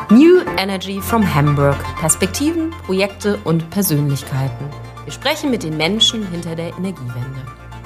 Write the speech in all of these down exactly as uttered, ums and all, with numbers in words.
New Energy from Hamburg. Perspektiven, Projekte und Persönlichkeiten. Wir sprechen mit den Menschen hinter der Energiewende.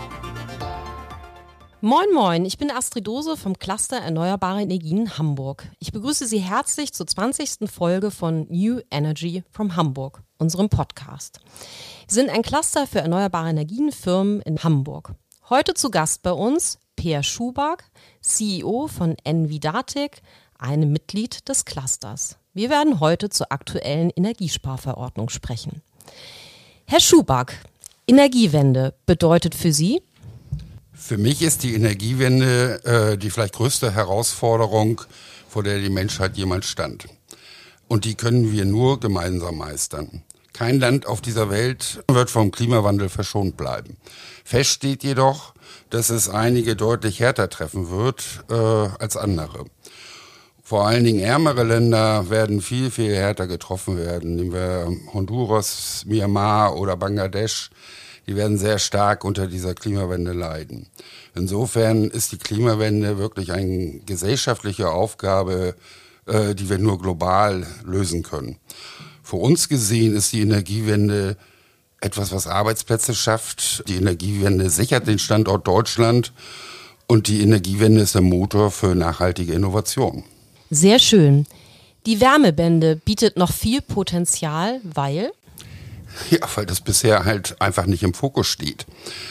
Moin Moin, ich bin Astrid Dose vom Cluster Erneuerbare Energien Hamburg. Ich begrüße Sie herzlich zur zwanzigsten Folge von New Energy from Hamburg, unserem Podcast. Wir sind ein Cluster für erneuerbare Energienfirmen in Hamburg. Heute zu Gast bei uns Peer Schuback, C E O von Envidatic, einem Mitglied des Clusters. Wir werden heute zur aktuellen Energiesparverordnung sprechen. Herr Schuback, Energiewende bedeutet für Sie? Für mich ist die Energiewende äh, die vielleicht größte Herausforderung, vor der die Menschheit jemals stand. Und die können wir nur gemeinsam meistern. Kein Land auf dieser Welt wird vom Klimawandel verschont bleiben. Fest steht jedoch, dass es einige deutlich härter treffen wird äh, als andere. Vor allen Dingen ärmere Länder werden viel, viel härter getroffen werden. Nehmen wir Honduras, Myanmar oder Bangladesch. Die werden sehr stark unter dieser Klimawende leiden. Insofern ist die Klimawende wirklich eine gesellschaftliche Aufgabe, äh, die wir nur global lösen können. Für uns gesehen ist die Energiewende etwas, was Arbeitsplätze schafft. Die Energiewende sichert den Standort Deutschland und die Energiewende ist der Motor für nachhaltige Innovation. Sehr schön. Die Wärmewende bietet noch viel Potenzial, weil? Ja, weil das bisher halt einfach nicht im Fokus steht.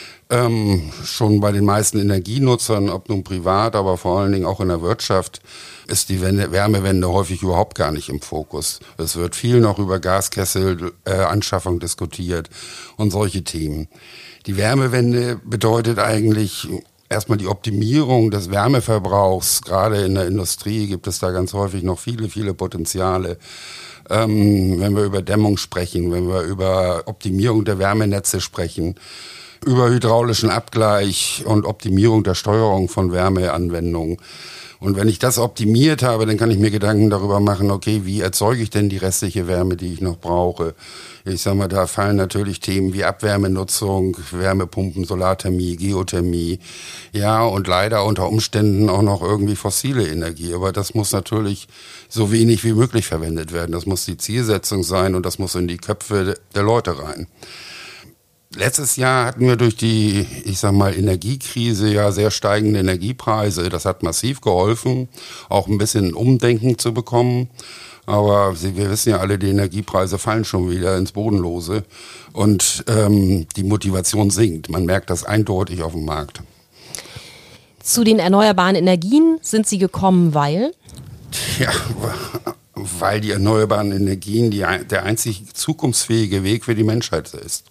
Ähm, schon bei den meisten Energienutzern, ob nun privat, aber vor allen Dingen auch in der Wirtschaft, ist die Wende, Wärmewende häufig überhaupt gar nicht im Fokus. Es wird viel noch über Gaskessel-Anschaffung äh, diskutiert und solche Themen. Die Wärmewende bedeutet eigentlich erstmal die Optimierung des Wärmeverbrauchs. Gerade in der Industrie gibt es da ganz häufig noch viele, viele Potenziale. Ähm, wenn wir über Dämmung sprechen, wenn wir über Optimierung der Wärmenetze sprechen, über hydraulischen Abgleich und Optimierung der Steuerung von Wärmeanwendungen. Und wenn ich das optimiert habe, dann kann ich mir Gedanken darüber machen, okay, wie erzeuge ich denn die restliche Wärme, die ich noch brauche? Ich sag mal, da fallen natürlich Themen wie Abwärmenutzung, Wärmepumpen, Solarthermie, Geothermie, ja, und leider unter Umständen auch noch irgendwie fossile Energie. Aber das muss natürlich so wenig wie möglich verwendet werden. Das muss die Zielsetzung sein und das muss in die Köpfe der Leute rein. Letztes Jahr hatten wir durch die, ich sag mal, Energiekrise ja sehr steigende Energiepreise. Das hat massiv geholfen, auch ein bisschen Umdenken zu bekommen. Aber wir wissen ja alle, die Energiepreise fallen schon wieder ins Bodenlose und ähm, die Motivation sinkt. Man merkt das eindeutig auf dem Markt. Zu den erneuerbaren Energien sind Sie gekommen, weil? Ja, weil die erneuerbaren Energien die, der einzig zukunftsfähige Weg für die Menschheit ist.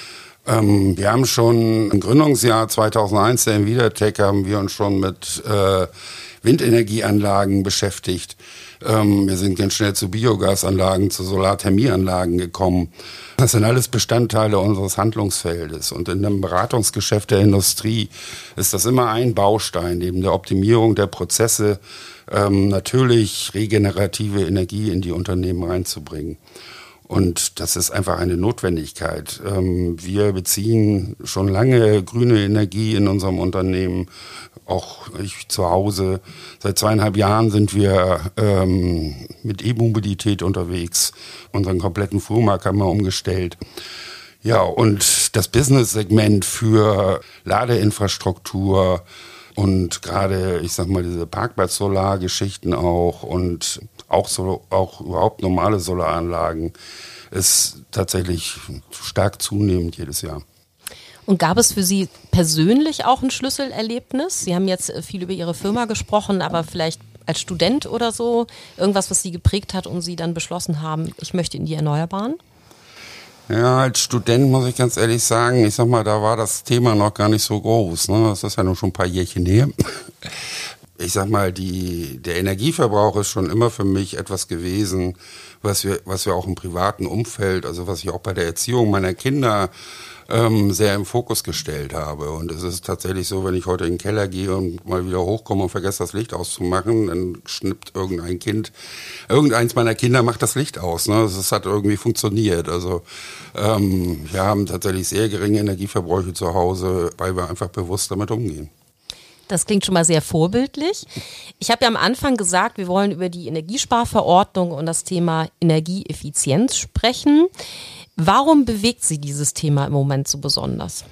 Ähm, wir haben schon im Gründungsjahr zweitausendeins der Envidatic haben wir uns schon mit äh, Windenergieanlagen beschäftigt. Ähm, wir sind ganz schnell zu Biogasanlagen, zu Solarthermieanlagen gekommen. Das sind alles Bestandteile unseres Handlungsfeldes. Und in einem Beratungsgeschäft der Industrie ist das immer ein Baustein, neben der Optimierung der Prozesse ähm, natürlich regenerative Energie in die Unternehmen reinzubringen. Und das ist einfach eine Notwendigkeit. Wir beziehen schon lange grüne Energie in unserem Unternehmen, auch ich zu Hause. Seit zweieinhalb Jahren sind wir ähm, mit E-Mobilität unterwegs. Unseren kompletten Fuhrpark haben wir umgestellt. Ja, und das Business-Segment für Ladeinfrastruktur und gerade, ich sag mal, diese Parkplatz-Solar-Geschichten auch und auch so, auch überhaupt normale Solaranlagen ist tatsächlich stark zunehmend jedes Jahr. Und gab es für Sie persönlich auch ein Schlüsselerlebnis? Sie haben jetzt viel über Ihre Firma gesprochen, aber vielleicht als Student oder so, irgendwas, was Sie geprägt hat und Sie dann beschlossen haben, ich möchte in die Erneuerbaren? Ja, als Student muss ich ganz ehrlich sagen, ich sag mal, da war das Thema noch gar nicht so groß. Ne? Das ist ja nun schon ein paar Jährchen her. Ich sag mal, die, der Energieverbrauch ist schon immer für mich etwas gewesen, was wir, was wir auch im privaten Umfeld, also was ich auch bei der Erziehung meiner Kinder ähm, sehr im Fokus gestellt habe. Und es ist tatsächlich so, wenn ich heute in den Keller gehe und mal wieder hochkomme und vergesse das Licht auszumachen, dann schnippt irgendein Kind, irgendeins meiner Kinder macht das Licht aus. Ne? Das hat irgendwie funktioniert. Also ähm, wir haben tatsächlich sehr geringe Energieverbräuche zu Hause, weil wir einfach bewusst damit umgehen. Das klingt schon mal sehr vorbildlich. Ich habe ja am Anfang gesagt, wir wollen über die Energiesparverordnung und das Thema Energieeffizienz sprechen. Warum bewegt Sie dieses Thema im Moment so besonders?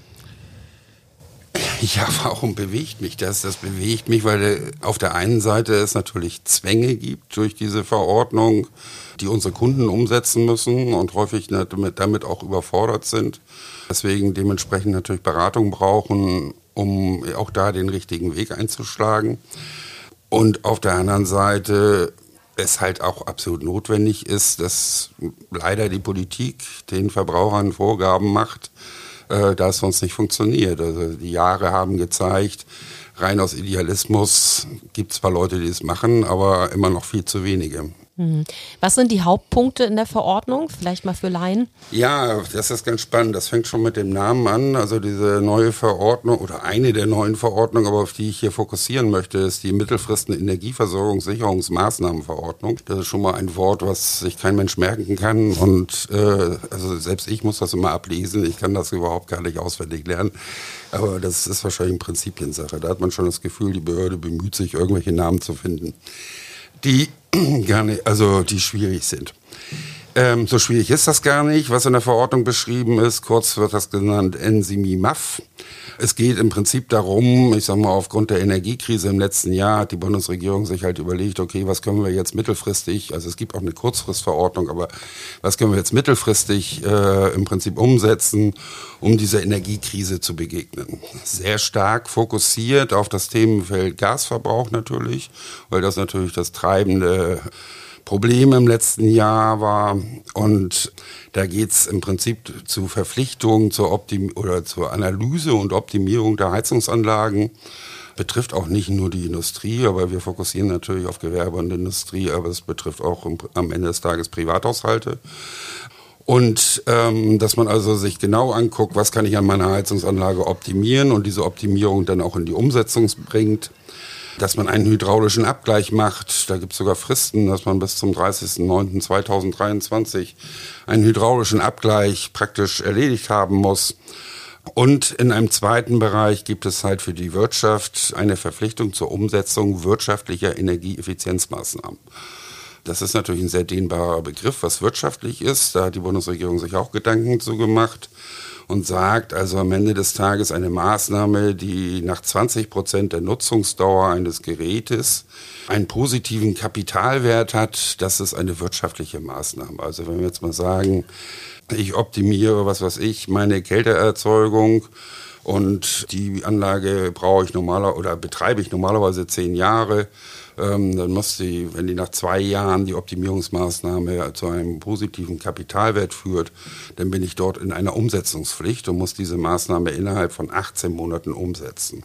Ja, warum bewegt mich das? Das bewegt mich, weil auf der einen Seite es natürlich Zwänge gibt durch diese Verordnung, die unsere Kunden umsetzen müssen und häufig damit, damit auch überfordert sind. Deswegen dementsprechend natürlich Beratung brauchen, um auch da den richtigen Weg einzuschlagen. Und auf der anderen Seite es halt auch absolut notwendig ist, dass leider die Politik den Verbrauchern Vorgaben macht, äh, da es sonst nicht funktioniert. Also die Jahre haben gezeigt, rein aus Idealismus gibt es zwar Leute, die es machen, aber immer noch viel zu wenige. Was sind die Hauptpunkte in der Verordnung? Vielleicht mal für Laien. Ja, das ist ganz spannend. Das fängt schon mit dem Namen an. Also diese neue Verordnung oder eine der neuen Verordnungen, aber auf die ich hier fokussieren möchte, ist die mittelfristende Energieversorgungssicherungsmaßnahmenverordnung. Das ist schon mal ein Wort, was sich kein Mensch merken kann. Und äh, also selbst ich muss das immer ablesen. Ich kann das überhaupt gar nicht auswendig lernen. Aber das ist wahrscheinlich eine Prinzipiensache. Da hat man schon das Gefühl, die Behörde bemüht sich, irgendwelche Namen zu finden, die gar nicht, also die schwierig sind. Ähm, so schwierig ist das gar nicht, was in der Verordnung beschrieben ist. Kurz wird das genannt N S I M I M A F. Es geht im Prinzip darum, ich sag mal, aufgrund der Energiekrise im letzten Jahr hat die Bundesregierung sich halt überlegt, okay, was können wir jetzt mittelfristig, also es gibt auch eine Kurzfristverordnung, aber was können wir jetzt mittelfristig äh, im Prinzip umsetzen, um dieser Energiekrise zu begegnen. Sehr stark fokussiert auf das Themenfeld Gasverbrauch natürlich, weil das natürlich das treibende Problem im letzten Jahr war, und da geht's im Prinzip zu Verpflichtungen zur Optim- oder zur Analyse und Optimierung der Heizungsanlagen. Betrifft auch nicht nur die Industrie, aber wir fokussieren natürlich auf Gewerbe und Industrie, aber es betrifft auch im, am Ende des Tages Privathaushalte. Und ähm, dass man also sich genau anguckt, was kann ich an meiner Heizungsanlage optimieren und diese Optimierung dann auch in die Umsetzung bringt. Dass man einen hydraulischen Abgleich macht, da gibt es sogar Fristen, dass man bis zum dreißigsten neunten zweitausenddreiundzwanzig einen hydraulischen Abgleich praktisch erledigt haben muss. Und in einem zweiten Bereich gibt es halt für die Wirtschaft eine Verpflichtung zur Umsetzung wirtschaftlicher Energieeffizienzmaßnahmen. Das ist natürlich ein sehr dehnbarer Begriff, was wirtschaftlich ist. Da hat die Bundesregierung sich auch Gedanken zu gemacht und sagt also am Ende des Tages eine Maßnahme, die nach zwanzig Prozent der Nutzungsdauer eines Gerätes einen positiven Kapitalwert hat. Das ist eine wirtschaftliche Maßnahme. Also wenn wir jetzt mal sagen, ich optimiere, was weiß ich, meine Kälteerzeugung und die Anlage brauche ich normaler oder betreibe ich normalerweise zehn Jahre, ähm, dann muss die, wenn die nach zwei Jahren die Optimierungsmaßnahme zu einem positiven Kapitalwert führt, dann bin ich dort in einer Umsetzungspflicht und muss diese Maßnahme innerhalb von achtzehn Monaten umsetzen.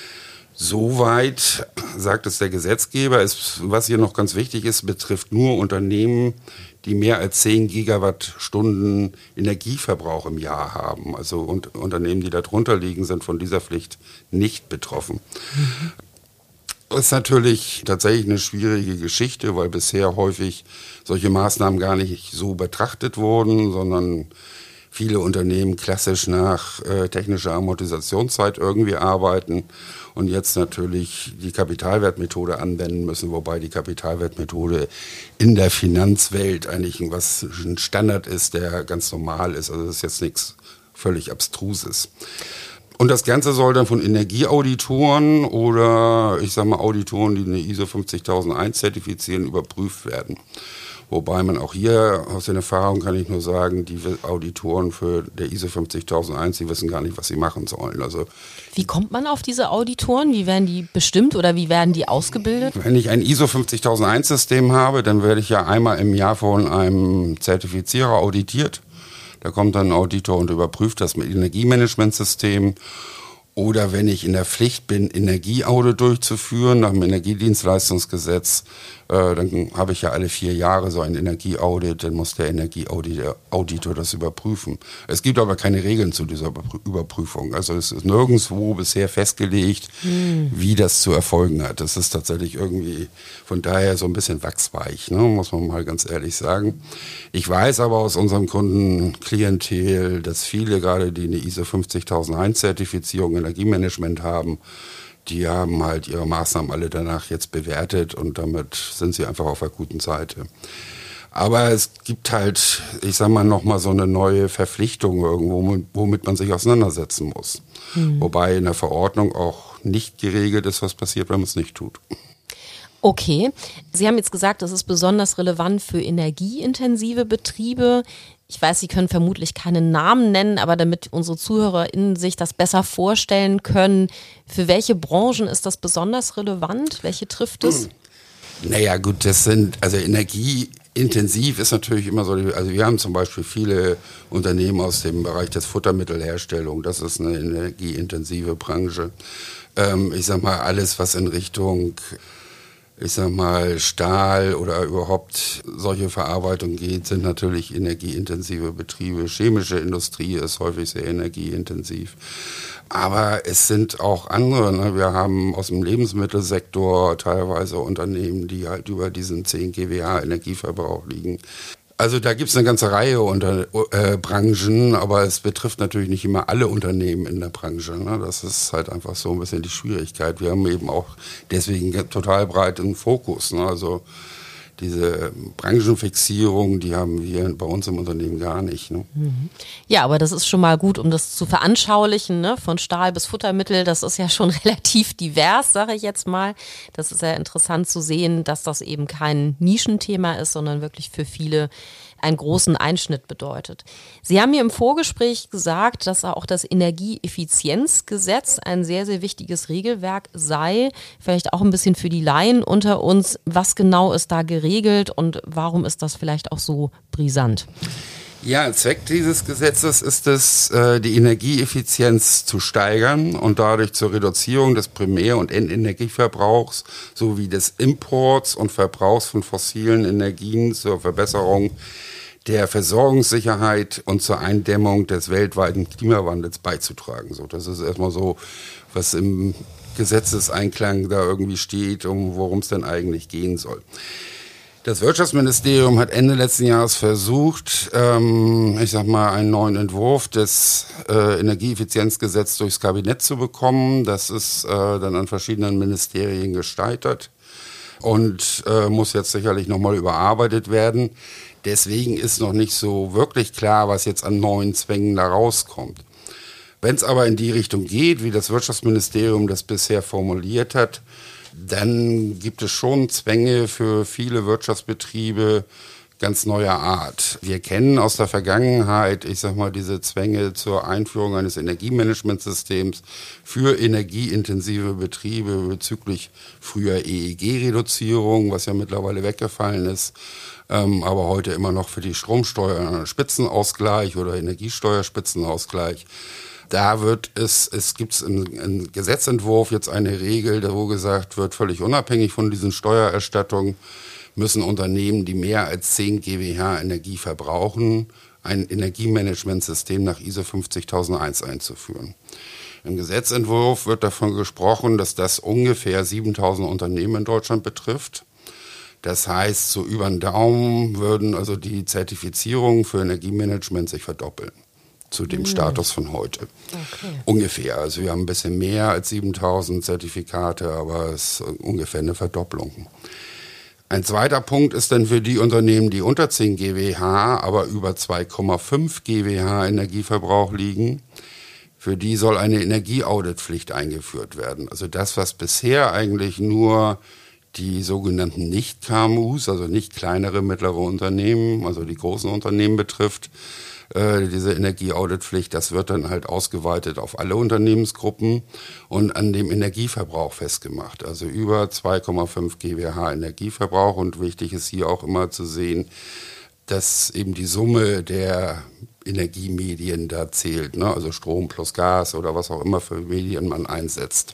Soweit sagt es der Gesetzgeber. Es, was hier noch ganz wichtig ist, betrifft nur Unternehmen, die mehr als zehn Gigawattstunden Energieverbrauch im Jahr haben. Also und, Unternehmen, die darunter liegen, sind von dieser Pflicht nicht betroffen. Mhm. Das ist natürlich tatsächlich eine schwierige Geschichte, weil bisher häufig solche Maßnahmen gar nicht so betrachtet wurden, sondern viele Unternehmen klassisch nach äh, technischer Amortisationszeit irgendwie arbeiten und jetzt natürlich die Kapitalwertmethode anwenden müssen, wobei die Kapitalwertmethode in der Finanzwelt eigentlich was ein Standard ist, der ganz normal ist. Also das ist jetzt nichts völlig Abstruses. Und das Ganze soll dann von Energieauditoren oder ich sage mal Auditoren, die eine I S O fünfzigtausendeins zertifizieren, überprüft werden. Wobei man auch hier aus den Erfahrungen kann ich nur sagen, die Auditoren für der I S O fünfzigtausendeins, die wissen gar nicht, was sie machen sollen. Also wie kommt man auf diese Auditoren? Wie werden die bestimmt oder wie werden die ausgebildet? Wenn ich ein I S O fünfzigtausendeins System habe, dann werde ich ja einmal im Jahr von einem Zertifizierer auditiert. Da kommt dann ein Auditor und überprüft das mit Energiemanagementsystem. Oder wenn ich in der Pflicht bin, Energieaudit durchzuführen nach dem Energiedienstleistungsgesetz, äh, dann habe ich ja alle vier Jahre so ein Energieaudit, dann muss der Energieauditor das überprüfen. Es gibt aber keine Regeln zu dieser Überprüfung. Also es ist nirgendwo bisher festgelegt, hm. wie das zu erfolgen hat. Das ist tatsächlich irgendwie von daher so ein bisschen wachsweich, ne, muss man mal ganz ehrlich sagen. Ich weiß aber aus unserem Kundenklientel, dass viele gerade, die eine I S O fünfzigtausendeins Zertifizierung Energiemanagement haben, die haben halt ihre Maßnahmen alle danach jetzt bewertet und damit sind sie einfach auf der guten Seite. Aber es gibt halt, ich sag mal, nochmal so eine neue Verpflichtung irgendwo, womit man sich auseinandersetzen muss. Mhm. Wobei in der Verordnung auch nicht geregelt ist, was passiert, wenn man es nicht tut. Okay, Sie haben jetzt gesagt, das ist besonders relevant für energieintensive Betriebe. Ich weiß, Sie können vermutlich keinen Namen nennen, aber damit unsere ZuhörerInnen sich das besser vorstellen können, für welche Branchen ist das besonders relevant? Welche trifft es? Naja gut, das sind, also energieintensiv ist natürlich immer so, also wir haben zum Beispiel viele Unternehmen aus dem Bereich des Futtermittelherstellung, das ist eine energieintensive Branche. Ähm, ich sag mal, alles, was in Richtung, ich sag mal, Stahl oder überhaupt solche Verarbeitung geht, sind natürlich energieintensive Betriebe. Chemische Industrie ist häufig sehr energieintensiv. Aber es sind auch andere, ne? Wir haben aus dem Lebensmittelsektor teilweise Unternehmen, die halt über diesen zehn Gigawatt Energieverbrauch liegen. Also da gibt es eine ganze Reihe unter äh, Branchen, aber es betrifft natürlich nicht immer alle Unternehmen in der Branche. Ne? Das ist halt einfach so ein bisschen die Schwierigkeit. Wir haben eben auch deswegen total breiten Fokus. Ne? Also diese Branchenfixierung, die haben wir bei uns im Unternehmen gar nicht. Ne? Ja, aber das ist schon mal gut, um das zu veranschaulichen, ne? Von Stahl bis Futtermittel, das ist ja schon relativ divers, sage ich jetzt mal. Das ist ja interessant zu sehen, dass das eben kein Nischenthema ist, sondern wirklich für viele einen großen Einschnitt bedeutet. Sie haben mir im Vorgespräch gesagt, dass auch das Energieeffizienzgesetz ein sehr, sehr wichtiges Regelwerk sei. Vielleicht auch ein bisschen für die Laien unter uns. Was genau ist da geregelt und warum ist das vielleicht auch so brisant? Ja, Zweck dieses Gesetzes ist es, die Energieeffizienz zu steigern und dadurch zur Reduzierung des Primär- und Endenergieverbrauchs sowie des Imports und Verbrauchs von fossilen Energien zur Verbesserung der Versorgungssicherheit und zur Eindämmung des weltweiten Klimawandels beizutragen. So, das ist erstmal so, was im Gesetzeseinklang da irgendwie steht, um worum es denn eigentlich gehen soll. Das Wirtschaftsministerium hat Ende letzten Jahres versucht, ähm, ich sag mal, einen neuen Entwurf des äh, Energieeffizienzgesetzes durchs Kabinett zu bekommen. Das ist äh, dann an verschiedenen Ministerien gescheitert und äh, muss jetzt sicherlich nochmal überarbeitet werden. Deswegen ist noch nicht so wirklich klar, was jetzt an neuen Zwängen da rauskommt. Wenn es aber in die Richtung geht, wie das Wirtschaftsministerium das bisher formuliert hat, dann gibt es schon Zwänge für viele Wirtschaftsbetriebe ganz neuer Art. Wir kennen aus der Vergangenheit, ich sag mal, diese Zwänge zur Einführung eines Energiemanagementsystems für energieintensive Betriebe bezüglich früher E E G-Reduzierung, was ja mittlerweile weggefallen ist, ähm, aber heute immer noch für die Stromsteuer-Spitzenausgleich oder Energiesteuerspitzenausgleich. Da wird es, es gibt im, im Gesetzentwurf jetzt eine Regel, wo gesagt wird, völlig unabhängig von diesen Steuererstattungen müssen Unternehmen, die mehr als zehn Gigawatt Energie verbrauchen, ein Energiemanagementsystem nach I S O fünfzigtausendeins einzuführen. Im Gesetzentwurf wird davon gesprochen, dass das ungefähr siebentausend Unternehmen in Deutschland betrifft. Das heißt, so über den Daumen würden also die Zertifizierungen für Energiemanagement sich verdoppeln zu dem mhm. Status von heute. Okay. Ungefähr. Also wir haben ein bisschen mehr als siebentausend Zertifikate, aber es ist ungefähr eine Verdopplung. Ein zweiter Punkt ist dann für die Unternehmen, die unter zehn Gigawatt, aber über zwei Komma fünf Gigawatt Energieverbrauch liegen. Für die soll eine Energieauditpflicht eingeführt werden. Also das, was bisher eigentlich nur die sogenannten Nicht-K M Us, also nicht kleinere, mittlere Unternehmen, also die großen Unternehmen betrifft, äh, diese Energieauditpflicht, das wird dann halt ausgeweitet auf alle Unternehmensgruppen und an dem Energieverbrauch festgemacht. Also über zwei Komma fünf Gigawatt Energieverbrauch, und wichtig ist hier auch immer zu sehen, dass eben die Summe der Energiemedien da zählt, ne? Also Strom plus Gas oder was auch immer für Medien man einsetzt.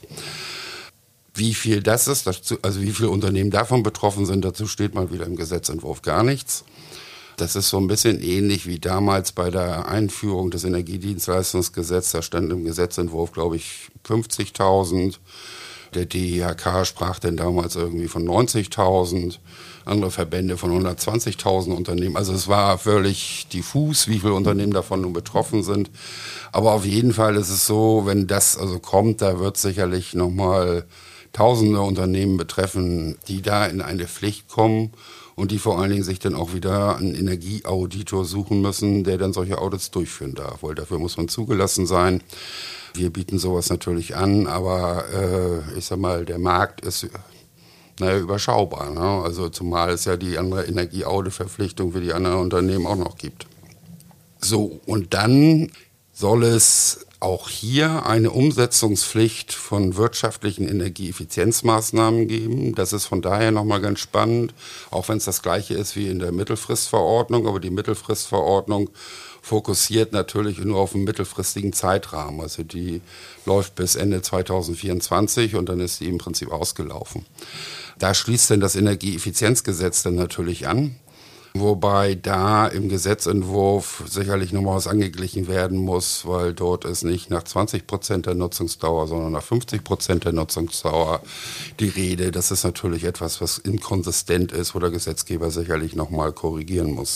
Wie viel das ist, dazu, also wie viele Unternehmen davon betroffen sind, dazu steht mal wieder im Gesetzentwurf gar nichts. Das ist so ein bisschen ähnlich wie damals bei der Einführung des Energiedienstleistungsgesetzes. Da stand im Gesetzentwurf, glaube ich, fünfzigtausend. Der D I H K sprach denn damals irgendwie von neunzigtausend, andere Verbände von hundertzwanzigtausend Unternehmen. Also es war völlig diffus, wie viele Unternehmen davon nun betroffen sind. Aber auf jeden Fall ist es so, wenn das also kommt, da wird sicherlich nochmal tausende Unternehmen betreffen, die da in eine Pflicht kommen und die vor allen Dingen sich dann auch wieder einen Energieauditor suchen müssen, der dann solche Audits durchführen darf, weil dafür muss man zugelassen sein. Wir bieten sowas natürlich an, aber äh, ich sag mal, der Markt ist naja, überschaubar. Ne? Also zumal es ja die andere Energieaudit-Verpflichtung für die anderen Unternehmen auch noch gibt. So, und dann soll es auch hier eine Umsetzungspflicht von wirtschaftlichen Energieeffizienzmaßnahmen geben. Das ist von daher nochmal ganz spannend, auch wenn es das Gleiche ist wie in der Mittelfristverordnung. Aber die Mittelfristverordnung fokussiert natürlich nur auf einen mittelfristigen Zeitrahmen. Also die läuft bis Ende zweitausendvierundzwanzig und dann ist die im Prinzip ausgelaufen. Da schließt dann das Energieeffizienzgesetz dann natürlich an. Wobei da im Gesetzentwurf sicherlich nochmal was angeglichen werden muss, weil dort ist nicht nach zwanzig Prozent der Nutzungsdauer, sondern nach fünfzig Prozent der Nutzungsdauer die Rede. Das ist natürlich etwas, was inkonsistent ist, wo der Gesetzgeber sicherlich nochmal korrigieren muss.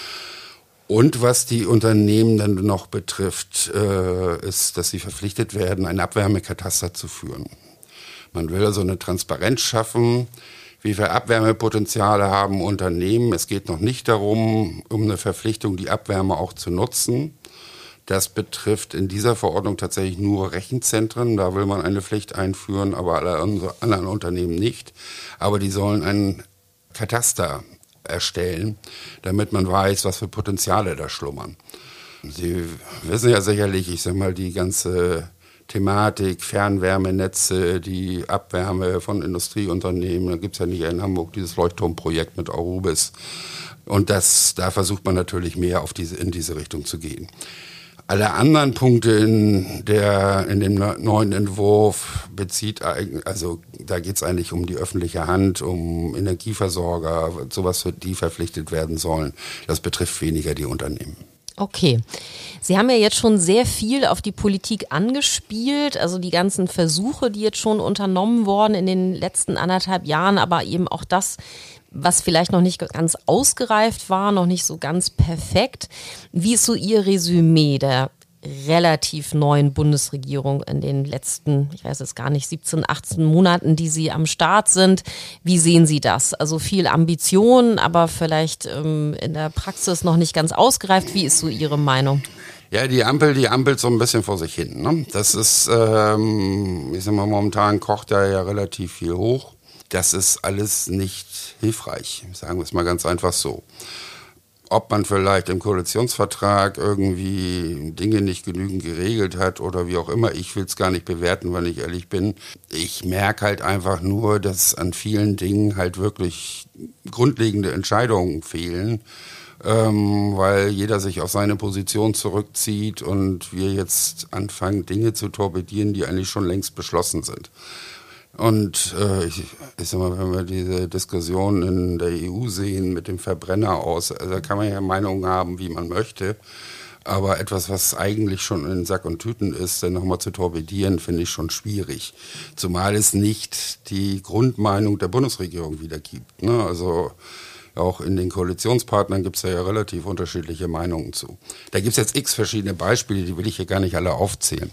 Und was die Unternehmen dann noch betrifft, äh, ist, dass sie verpflichtet werden, einen Abwärmekataster zu führen. Man will also eine Transparenz schaffen, wie viele Abwärmepotenziale haben Unternehmen. Es geht noch nicht darum, um eine Verpflichtung, die Abwärme auch zu nutzen. Das betrifft in dieser Verordnung tatsächlich nur Rechenzentren. Da will man eine Pflicht einführen, aber alle anderen Unternehmen nicht. Aber die sollen einen Kataster erstellen, damit man weiß, was für Potenziale da schlummern. Sie wissen ja sicherlich, ich sag mal, die ganze Thematik, Fernwärmenetze, die Abwärme von Industrieunternehmen. Da gibt es ja nicht in Hamburg dieses Leuchtturmprojekt mit Arubis. Und das, da versucht man natürlich mehr auf diese, in diese Richtung zu gehen. Alle anderen Punkte in, der, in dem neuen Entwurf bezieht, also da geht es eigentlich um die öffentliche Hand, um Energieversorger, sowas, für die verpflichtet werden sollen. Das betrifft weniger die Unternehmen. Okay. Sie haben ja jetzt schon sehr viel auf die Politik angespielt, also die ganzen Versuche, die jetzt schon unternommen wurden in den letzten anderthalb Jahren, aber eben auch das, was vielleicht noch nicht ganz ausgereift war, noch nicht so ganz perfekt. Wie ist so Ihr Resümee der relativ neuen Bundesregierung in den letzten, ich weiß jetzt gar nicht, siebzehn, achtzehn Monaten, die Sie am Start sind? Wie sehen Sie das? Also viel Ambition, aber vielleicht ähm, in der Praxis noch nicht ganz ausgereift. Wie ist so Ihre Meinung? Ja, die Ampel, die ampelt so ein bisschen vor sich hin. Ne? Das ist, ähm, ich sag mal, momentan kocht da ja relativ viel hoch. Das ist alles nicht hilfreich, sagen wir es mal ganz einfach so. Ob man vielleicht im Koalitionsvertrag irgendwie Dinge nicht genügend geregelt hat oder wie auch immer, ich will es gar nicht bewerten, wenn ich ehrlich bin. Ich merke halt einfach nur, dass an vielen Dingen halt wirklich grundlegende Entscheidungen fehlen, ähm, weil jeder sich auf seine Position zurückzieht und wir jetzt anfangen, Dinge zu torpedieren, die eigentlich schon längst beschlossen sind. Und äh, ich, ich sag mal, wenn wir diese Diskussion in der E U sehen mit dem Verbrenner aus, also da kann man ja Meinungen haben, wie man möchte. Aber etwas, was eigentlich schon in Sack und Tüten ist, dann nochmal zu torpedieren, finde ich schon schwierig. Zumal es nicht die Grundmeinung der Bundesregierung wiedergibt. Ne? Also auch in den Koalitionspartnern gibt es ja, ja relativ unterschiedliche Meinungen zu. Da gibt es jetzt x verschiedene Beispiele, die will ich hier gar nicht alle aufzählen.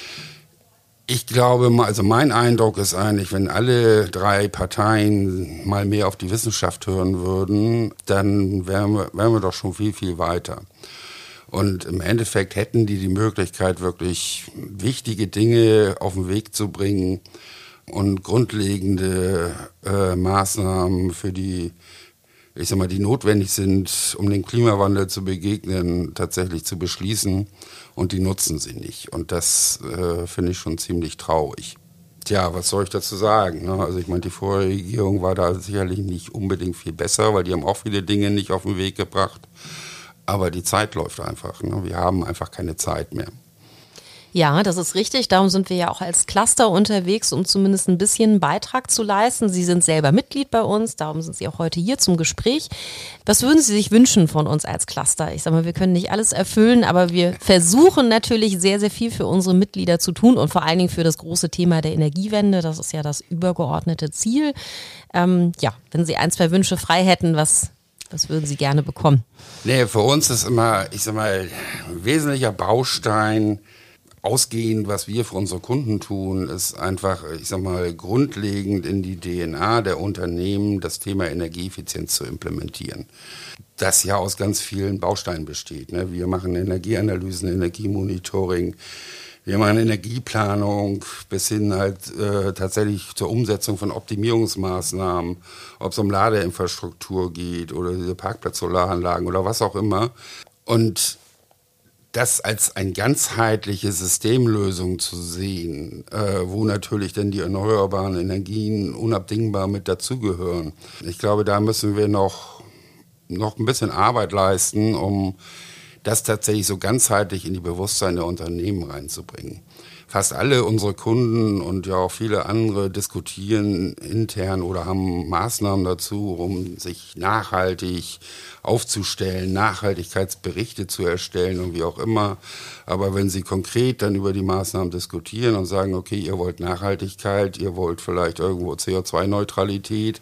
Ich glaube, also mein Eindruck ist eigentlich, wenn alle drei Parteien mal mehr auf die Wissenschaft hören würden, dann wären wir, wären wir doch schon viel, viel weiter. Und im Endeffekt hätten die die Möglichkeit, wirklich wichtige Dinge auf den Weg zu bringen und grundlegende äh, Maßnahmen für die, ich sag mal, die notwendig sind, um dem Klimawandel zu begegnen, tatsächlich zu beschließen. Und die nutzen sie nicht. Und das äh, finde ich schon ziemlich traurig. Tja, was soll ich dazu sagen? Ne? Also ich meine, die vorherige Regierung war da sicherlich nicht unbedingt viel besser, weil die haben auch viele Dinge nicht auf den Weg gebracht. Aber die Zeit läuft einfach. Ne? Wir haben einfach keine Zeit mehr. Ja, das ist richtig. Darum sind wir ja auch als Cluster unterwegs, um zumindest ein bisschen einen Beitrag zu leisten. Sie sind selber Mitglied bei uns, darum sind Sie auch heute hier zum Gespräch. Was würden Sie sich wünschen von uns als Cluster? Ich sag mal, wir können nicht alles erfüllen, aber wir versuchen natürlich sehr, sehr viel für unsere Mitglieder zu tun und vor allen Dingen für das große Thema der Energiewende. Das ist ja das übergeordnete Ziel. Ähm, ja, wenn Sie ein, zwei Wünsche frei hätten, was Was würden Sie gerne bekommen? Nee, für uns ist immer, ich sag mal, ein wesentlicher Baustein, ausgehend, was wir für unsere Kunden tun, ist einfach, ich sag mal, grundlegend in die D N A der Unternehmen das Thema Energieeffizienz zu implementieren. Das ja aus ganz vielen Bausteinen besteht. Ne? Wir machen Energieanalysen, Energiemonitoring, wir machen Energieplanung bis hin halt äh, tatsächlich zur Umsetzung von Optimierungsmaßnahmen, ob es um Ladeinfrastruktur geht oder diese Parkplatz-Solaranlagen oder was auch immer. Und das als eine ganzheitliche Systemlösung zu sehen, äh, wo natürlich dann die erneuerbaren Energien unabdingbar mit dazugehören. Ich glaube, da müssen wir noch, noch ein bisschen Arbeit leisten, um das tatsächlich so ganzheitlich in die Bewusstsein der Unternehmen reinzubringen. Fast alle unsere Kunden und ja auch viele andere diskutieren intern oder haben Maßnahmen dazu, um sich nachhaltig aufzustellen, Nachhaltigkeitsberichte zu erstellen und wie auch immer. Aber wenn sie konkret dann über die Maßnahmen diskutieren und sagen, okay, ihr wollt Nachhaltigkeit, ihr wollt vielleicht irgendwo C O zwei Neutralität,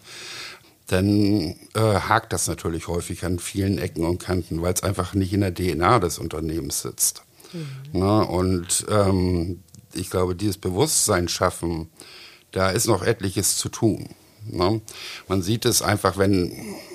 dann äh, hakt das natürlich häufig an vielen Ecken und Kanten, weil es einfach nicht in der D N A des Unternehmens sitzt. Mhm. Na, und ähm, ich glaube, dieses Bewusstsein schaffen, da ist noch etliches zu tun. Ne? Man sieht es einfach, wenn,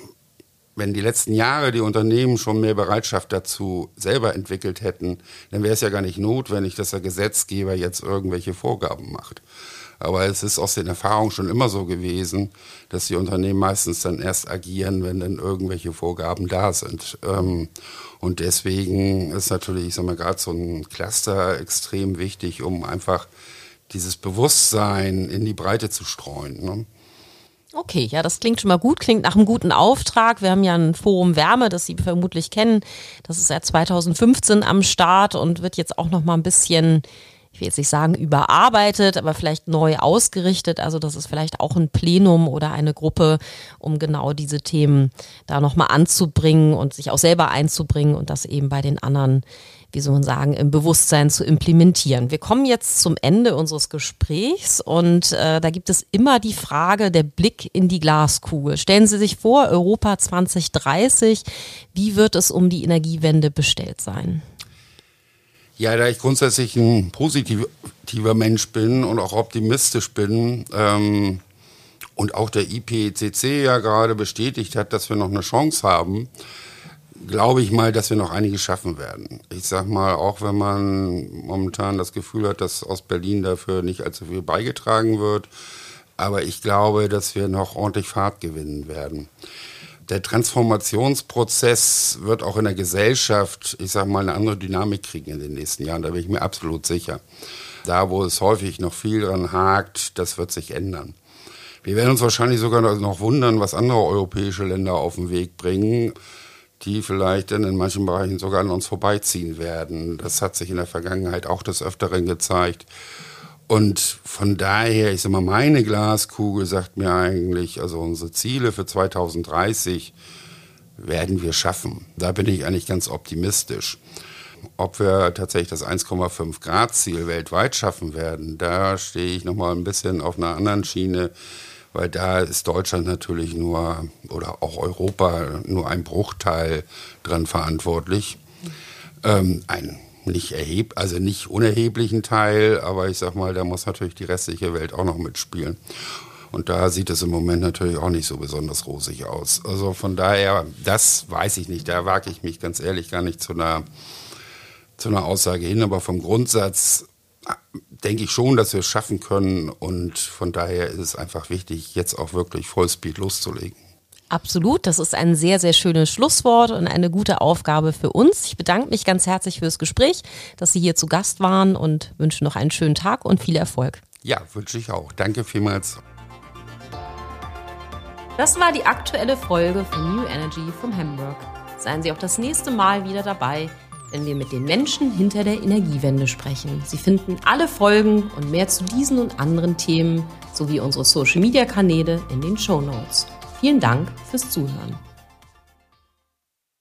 wenn die letzten Jahre die Unternehmen schon mehr Bereitschaft dazu selber entwickelt hätten, dann wäre es ja gar nicht notwendig, dass der Gesetzgeber jetzt irgendwelche Vorgaben macht. Aber es ist aus den Erfahrungen schon immer so gewesen, dass die Unternehmen meistens dann erst agieren, wenn dann irgendwelche Vorgaben da sind. Und deswegen ist natürlich, ich sag mal, gerade so ein Cluster extrem wichtig, um einfach dieses Bewusstsein in die Breite zu streuen. Ne? Okay, ja, das klingt schon mal gut, klingt nach einem guten Auftrag. Wir haben ja ein Forum Wärme, das Sie vermutlich kennen. Das ist seit zweitausendfünfzehn am Start und wird jetzt auch noch mal ein bisschen, ich will jetzt nicht sagen überarbeitet, aber vielleicht neu ausgerichtet. Also das ist vielleicht auch ein Plenum oder eine Gruppe, um genau diese Themen da nochmal anzubringen und sich auch selber einzubringen und das eben bei den anderen, wie soll man sagen, im Bewusstsein zu implementieren. Wir kommen jetzt zum Ende unseres Gesprächs und äh, da gibt es immer die Frage, der Blick in die Glaskugel. Stellen Sie sich vor, Europa zwanzig dreißig, wie wird es um die Energiewende bestellt sein? Ja, da ich grundsätzlich ein positiver Mensch bin und auch optimistisch bin ähm, und auch der I P C C ja gerade bestätigt hat, dass wir noch eine Chance haben, glaube ich mal, dass wir noch einiges schaffen werden. Ich sag mal, auch wenn man momentan das Gefühl hat, dass aus Berlin dafür nicht allzu viel beigetragen wird, aber ich glaube, dass wir noch ordentlich Fahrt gewinnen werden. Der Transformationsprozess wird auch in der Gesellschaft, ich sage mal, eine andere Dynamik kriegen in den nächsten Jahren. Da bin ich mir absolut sicher. Da, wo es häufig noch viel dran hakt, das wird sich ändern. Wir werden uns wahrscheinlich sogar noch wundern, was andere europäische Länder auf den Weg bringen, die vielleicht dann in manchen Bereichen sogar an uns vorbeiziehen werden. Das hat sich in der Vergangenheit auch des Öfteren gezeigt. Und von daher, ich sag mal, meine Glaskugel sagt mir eigentlich, also unsere Ziele für zwanzig dreißig werden wir schaffen. Da bin ich eigentlich ganz optimistisch. Ob wir tatsächlich das eins Komma fünf Grad Ziel weltweit schaffen werden, da stehe ich nochmal ein bisschen auf einer anderen Schiene, weil da ist Deutschland natürlich nur, oder auch Europa, nur ein Bruchteil dran verantwortlich. Ähm, ein nicht erheb, also nicht unerheblichen Teil, aber ich sag mal, da muss natürlich die restliche Welt auch noch mitspielen. Und da sieht es im Moment natürlich auch nicht so besonders rosig aus. Also von daher, das weiß ich nicht, da wage ich mich ganz ehrlich gar nicht zu einer, zu einer Aussage hin, aber vom Grundsatz denke ich schon, dass wir es schaffen können und von daher ist es einfach wichtig, jetzt auch wirklich Vollspeed loszulegen. Absolut, das ist ein sehr, sehr schönes Schlusswort und eine gute Aufgabe für uns. Ich bedanke mich ganz herzlich fürs Gespräch, dass Sie hier zu Gast waren und wünsche noch einen schönen Tag und viel Erfolg. Ja, wünsche ich auch. Danke vielmals. Das war die aktuelle Folge von New Energy vom Hamburg. Seien Sie auch das nächste Mal wieder dabei, wenn wir mit den Menschen hinter der Energiewende sprechen. Sie finden alle Folgen und mehr zu diesen und anderen Themen sowie unsere Social-Media-Kanäle in den Shownotes. Vielen Dank fürs Zuhören.